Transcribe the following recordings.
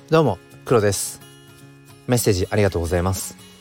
どうも黒です。メッセージありがとうございます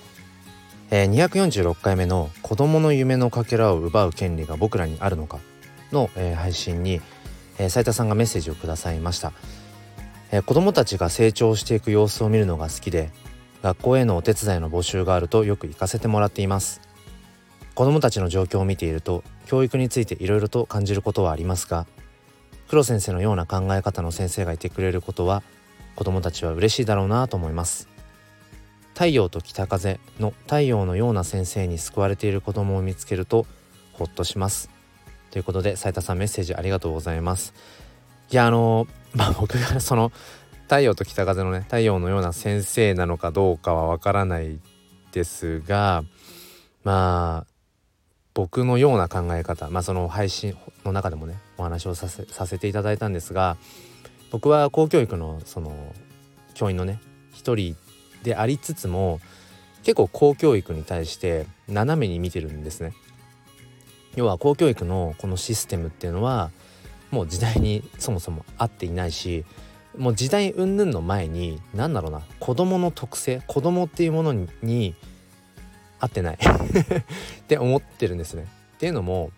。246回目の子供の夢のかけらを奪う権利が僕らにあるのかの、配信に、斉田さんがメッセージをくださいました。子供たちが成長していく様子を見るのが好きで、学校へのお手伝いの募集があるとよく行かせてもらっています。子供たちの状況を見ていると教育についていろいろと感じることはありますが、黒先生のような考え方の先生がいてくれることは子供たちは嬉しいだろうなと思います。太陽と北風の太陽のような先生に救われている子供を見つけるとほっとします。ということで斉田さんメッセージありがとうございます。いや僕がその太陽と北風のね太陽のような先生なのかどうかはわからないですが、僕のような考え方、その配信の中でもねお話をさせていただいたんですが、僕は公教育のその教員のね一人でありつつも結構公教育に対して斜めに見てるんですね。要は公教育のこのシステムっていうのはもう時代にそもそも合っていないし、もう時代云々の前に子供の特性、子供っていうものに合ってないって思ってるんですね。っていうのも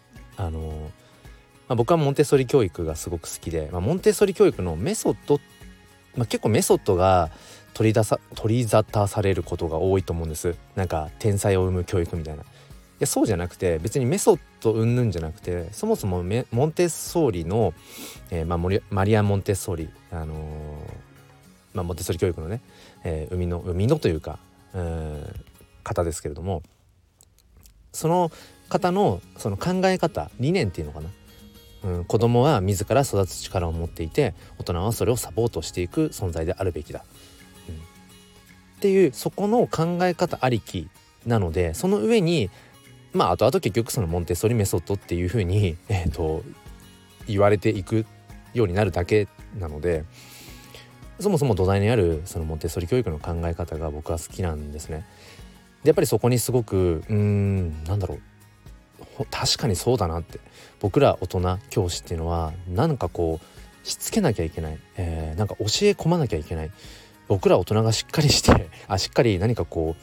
僕はモンテッソーリ教育がすごく好きで、モンテッソーリ教育のメソッド、結構メソッドが取り沙汰されることが多いと思うんです。なんか天才を生む教育みたいな。いやそうじゃなくて、別にメソッド云々じゃなくて、そもそもモンテッソーリの、マリア・モンテッソーリ、モンテッソーリ教育のね、生みのというか方ですけれども、その方のその考え方理念っていうのかな、子供は自ら育つ力を持っていて、大人はそれをサポートしていく存在であるべきだ、っていうそこの考え方ありきなので、その上に後々結局そのモンテッソーリメソッドっていう風に言われていくようになるだけなので、そもそも土台にあるそのモンテッソーリ教育の考え方が僕は好きなんですね。でやっぱりそこにすごく確かにそうだなって、僕ら大人教師っていうのはしつけなきゃいけない、教え込まなきゃいけない、僕ら大人がしっかりしてしっかり叩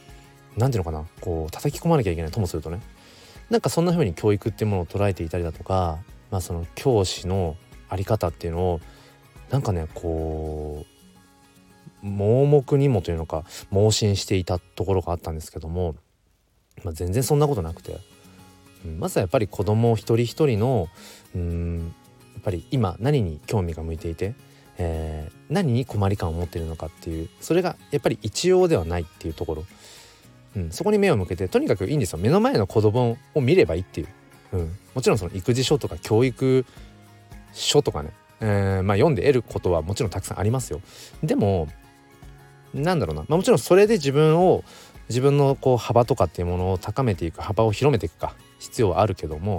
き込まなきゃいけないともするとね、そんな風に教育っていうものを捉えていたりだとか、その教師のあり方っていうのを盲目にもというのか盲信していたところがあったんですけども、全然そんなことなくて、まずはやっぱり子供一人一人のやっぱり今何に興味が向いていて、何に困り感を持っているのかっていう、それがやっぱり一様ではないっていうところ、そこに目を向けて、とにかくいいんですよ、目の前の子供を見ればいいっていう、もちろんその育児書とか教育書とかね、読んで得ることはもちろんたくさんありますよ。でももちろんそれで自分の幅とかっていうものを高めていく、幅を広めていくか必要はあるけども、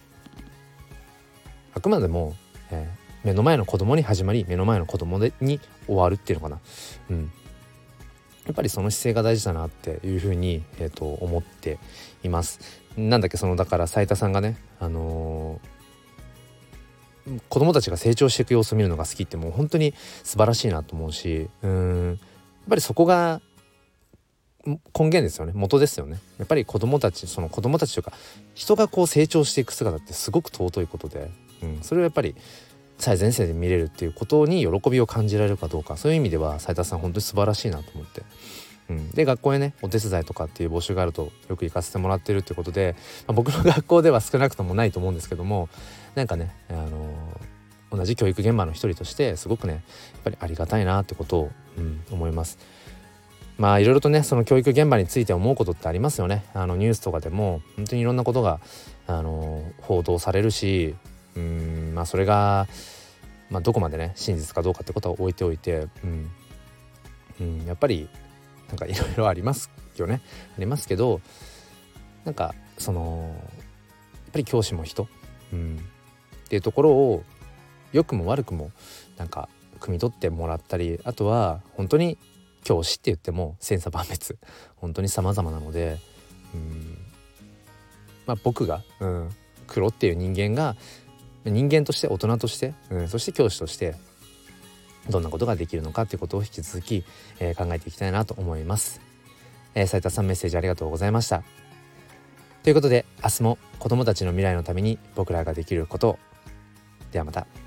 あくまでも、目の前の子供に始まり目の前の子供に終わるっていうのかな、やっぱりその姿勢が大事だなっていうふうに、思っています。だから斉田さんがね、子供たちが成長していく様子を見るのが好きってもう本当に素晴らしいなと思うし、やっぱりそこが根源ですよね、元ですよね。やっぱり子供たちというか人が成長していく姿ってすごく尊いことで、それをやっぱり最前線で見れるっていうことに喜びを感じられるかどうか、そういう意味では斉田さん本当に素晴らしいなと思って、で学校へねお手伝いとかっていう募集があるとよく行かせてもらってるってことで、僕の学校では少なくともないと思うんですけども、同じ教育現場の一人としてすごくねやっぱりありがたいなってことを、思います。いろいろとねその教育現場について思うことってありますよね。ニュースとかでも本当にいろんなことが報道されるし、それがどこまでね真実かどうかってことは置いておいて、やっぱりいろいろありますよね。ありますけどやっぱり教師も人、っていうところを良くも悪くも汲み取ってもらったり、あとは本当に教師って言っても千差万別本当に様々なので、僕が、黒っていう人間が人間として大人として、そして教師としてどんなことができるのかということを引き続き、考えていきたいなと思います。斉田さん、メッセージありがとうございました。ということで、明日も子どもたちの未来のために僕らができることを。ではまた。